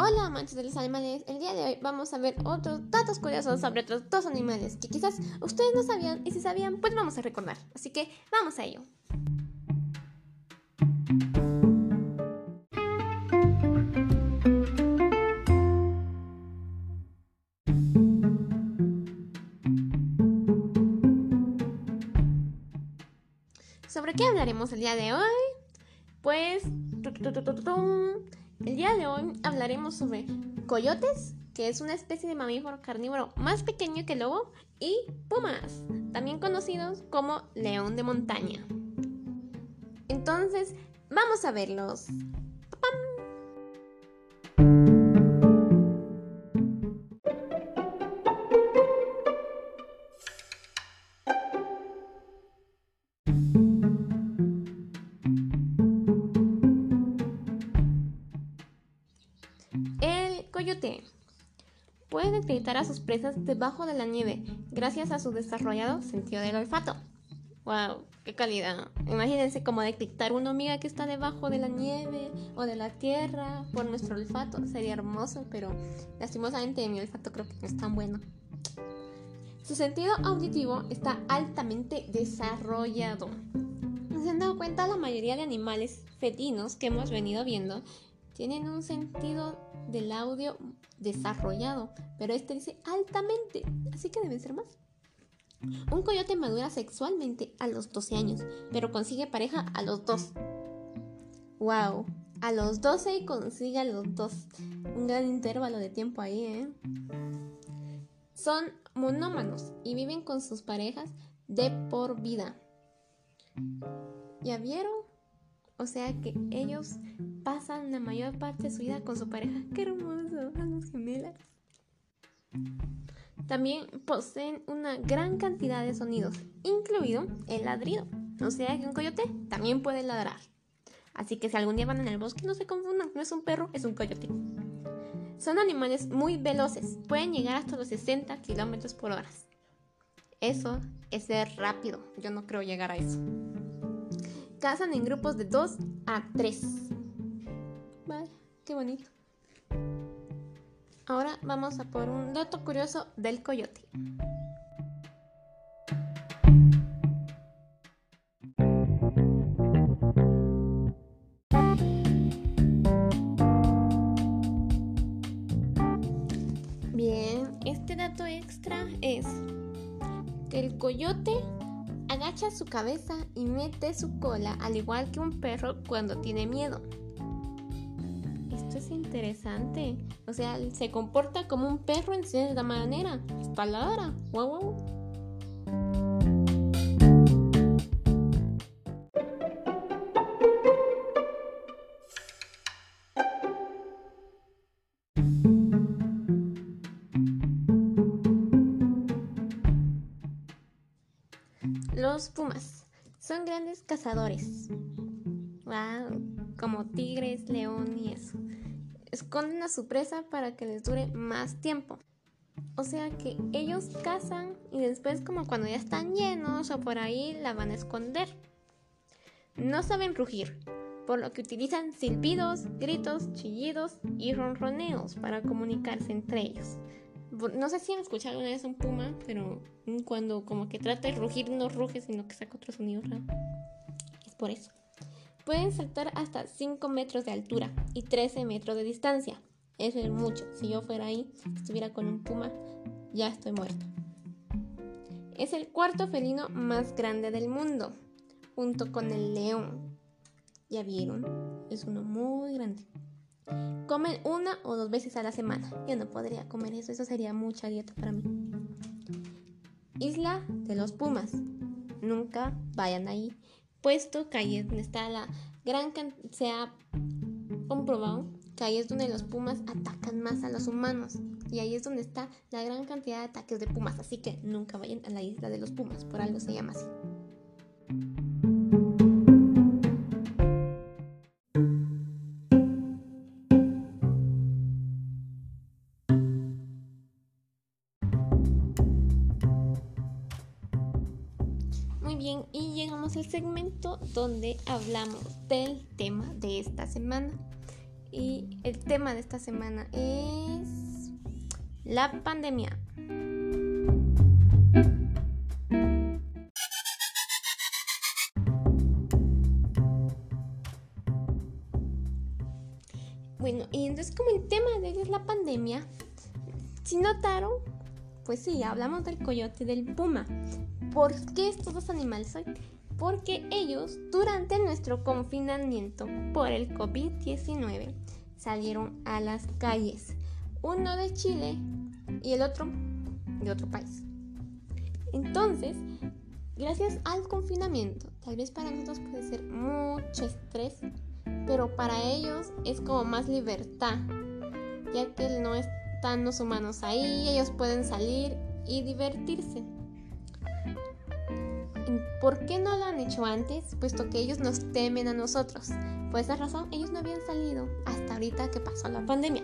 Hola amantes de los animales, el día de hoy vamos a ver otros datos curiosos sobre otros dos animales que quizás ustedes no sabían y si sabían pues vamos a recordar, así que vamos a ello. ¿Sobre qué hablaremos el día de hoy? Pues el día de hoy hablaremos sobre coyotes, que es una especie de mamífero carnívoro más pequeño que el lobo, y pumas, también conocidos como león de montaña. Entonces, vamos a verlos. El coyote puede detectar a sus presas debajo de la nieve gracias a su desarrollado sentido del olfato. ¡Wow! ¡Qué calidad! Imagínense cómo detectar una hormiga que está debajo de la nieve o de la tierra por nuestro olfato. Sería hermoso, pero lastimosamente mi olfato creo que no es tan bueno. Su sentido auditivo está altamente desarrollado. ¿Se han dado cuenta? La mayoría de animales felinos que hemos venido viendo tienen un sentido del audio desarrollado, pero este dice altamente, así que deben ser más. Un coyote madura sexualmente a los 12 años, pero consigue pareja a los 2. ¡Wow! A los 12 y consigue a los 2. Un gran intervalo de tiempo ahí, ¿eh? Son monómanos y viven con sus parejas de por vida. ¿Ya vieron? O sea que ellos pasan la mayor parte de su vida con su pareja. ¡Qué hermoso! A los gemelas. También poseen una gran cantidad de sonidos, incluido el ladrido. O sea que un coyote también puede ladrar. Así que si algún día van en el bosque, no se confundan, no es un perro, es un coyote. Son animales muy veloces, pueden llegar hasta los 60 kilómetros por hora. Eso es ser rápido, yo no creo llegar a eso. Cazan en grupos de 2 a 3. Vaya, qué bonito. Ahora vamos a por un dato curioso del coyote. Bien, este dato extra es que el coyote agacha su cabeza y mete su cola al igual que un perro cuando tiene miedo. Esto es interesante. O sea, se comporta como un perro en cierta manera. Hasta ladra. ¡Wow, wow! Los pumas son grandes cazadores. ¡Wow! Como tigres, león y eso. Esconden a su presa para que les dure más tiempo. O sea que ellos cazan y después como cuando ya están llenos o por ahí la van a esconder. No saben rugir, por lo que utilizan silbidos, gritos, chillidos y ronroneos para comunicarse entre ellos. No sé si han escuchado una vez un puma, pero cuando como que trata de rugir no ruge, sino que saca otro sonido raro. Es por eso. Pueden saltar hasta 5 metros de altura y 13 metros de distancia. Eso es mucho. Si yo fuera ahí, estuviera con un puma, ya estoy muerto. Es el cuarto felino más grande del mundo, junto con el león. ¿Ya vieron? Es uno muy grande. Comen 1 o 2 veces a la semana. Yo no podría comer eso, eso sería mucha dieta para mí. Isla de los Pumas. Nunca vayan ahí, puesto que ahí es donde está la gran se ha comprobado que ahí es donde los pumas atacan más a los humanos y ahí es donde está la gran cantidad de ataques de pumas, así que nunca vayan a la isla de los pumas, por algo se llama así. Muy bien, y llegamos al segmento donde hablamos del tema de esta semana. y el tema de esta semana es la pandemia. Bueno, y entonces como el tema de hoy es la pandemia, si notaron, pues sí, hablamos del coyote y del puma. ¿Por qué estos dos animales hoy? Porque ellos, durante nuestro confinamiento por el COVID-19, salieron a las calles. Uno de Chile y el otro de otro país. Entonces, gracias al confinamiento, tal vez para nosotros puede ser mucho estrés, pero para ellos es como más libertad, ya que no están los humanos ahí, ellos pueden salir y divertirse. ¿Por qué no lo han hecho antes? Puesto que ellos nos temen a nosotros. Por esa razón, ellos no habían salido hasta ahorita que pasó la pandemia.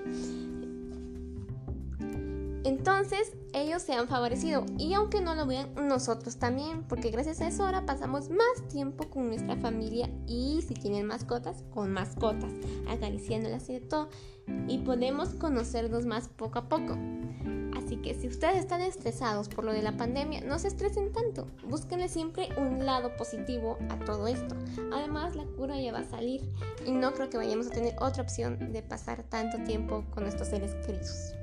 Entonces, ellos se han favorecido. Y aunque no lo vean, nosotros también. Porque gracias a eso ahora pasamos más tiempo con nuestra familia. Y si tienen mascotas, con mascotas. Acariciándolas y de todo. Y podemos conocernos más poco a poco. Así que si ustedes están estresados por lo de la pandemia, no se estresen tanto. Búsquenle siempre un lado positivo a todo esto. Además, la cura ya va a salir y no creo que vayamos a tener otra opción de pasar tanto tiempo con nuestros seres queridos.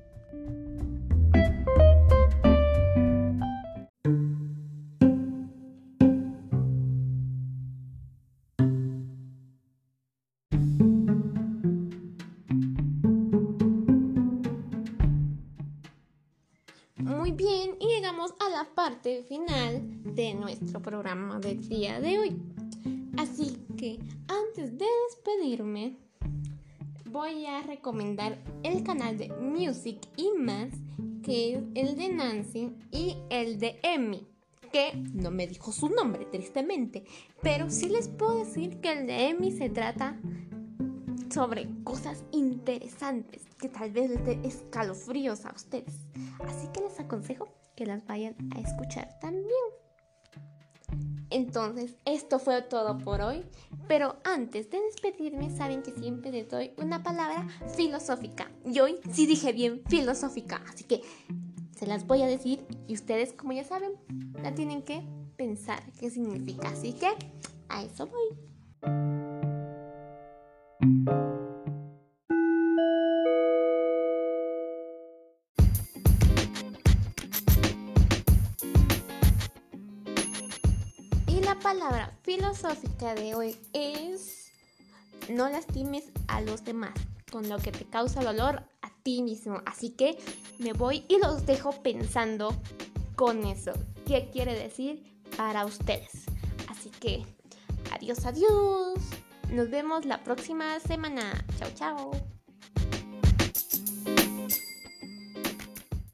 Muy bien, y llegamos a la parte final de nuestro programa del día de hoy. Así que antes de despedirme, voy a recomendar el canal de Music y Más, que es el de Nancy y el de Emmy, que no me dijo su nombre tristemente, pero sí les puedo decir que el de Emmy se trata sobre cosas interesantes que tal vez les dé escalofríos a ustedes. Así que les aconsejo que las vayan a escuchar también. Entonces, esto fue todo por hoy. Pero antes de despedirme, saben que siempre les doy una palabra filosófica. Y hoy sí dije bien filosófica. Así que se las voy a decir y ustedes, como ya saben, la tienen que pensar qué significa. Así que a eso voy. Y la palabra filosófica de hoy es: no lastimes a los demás con lo que te causa dolor a ti mismo. Así que me voy y los dejo pensando con eso. ¿Qué quiere decir para ustedes? Así que adiós, adiós. Nos vemos la próxima semana. Chao, chao.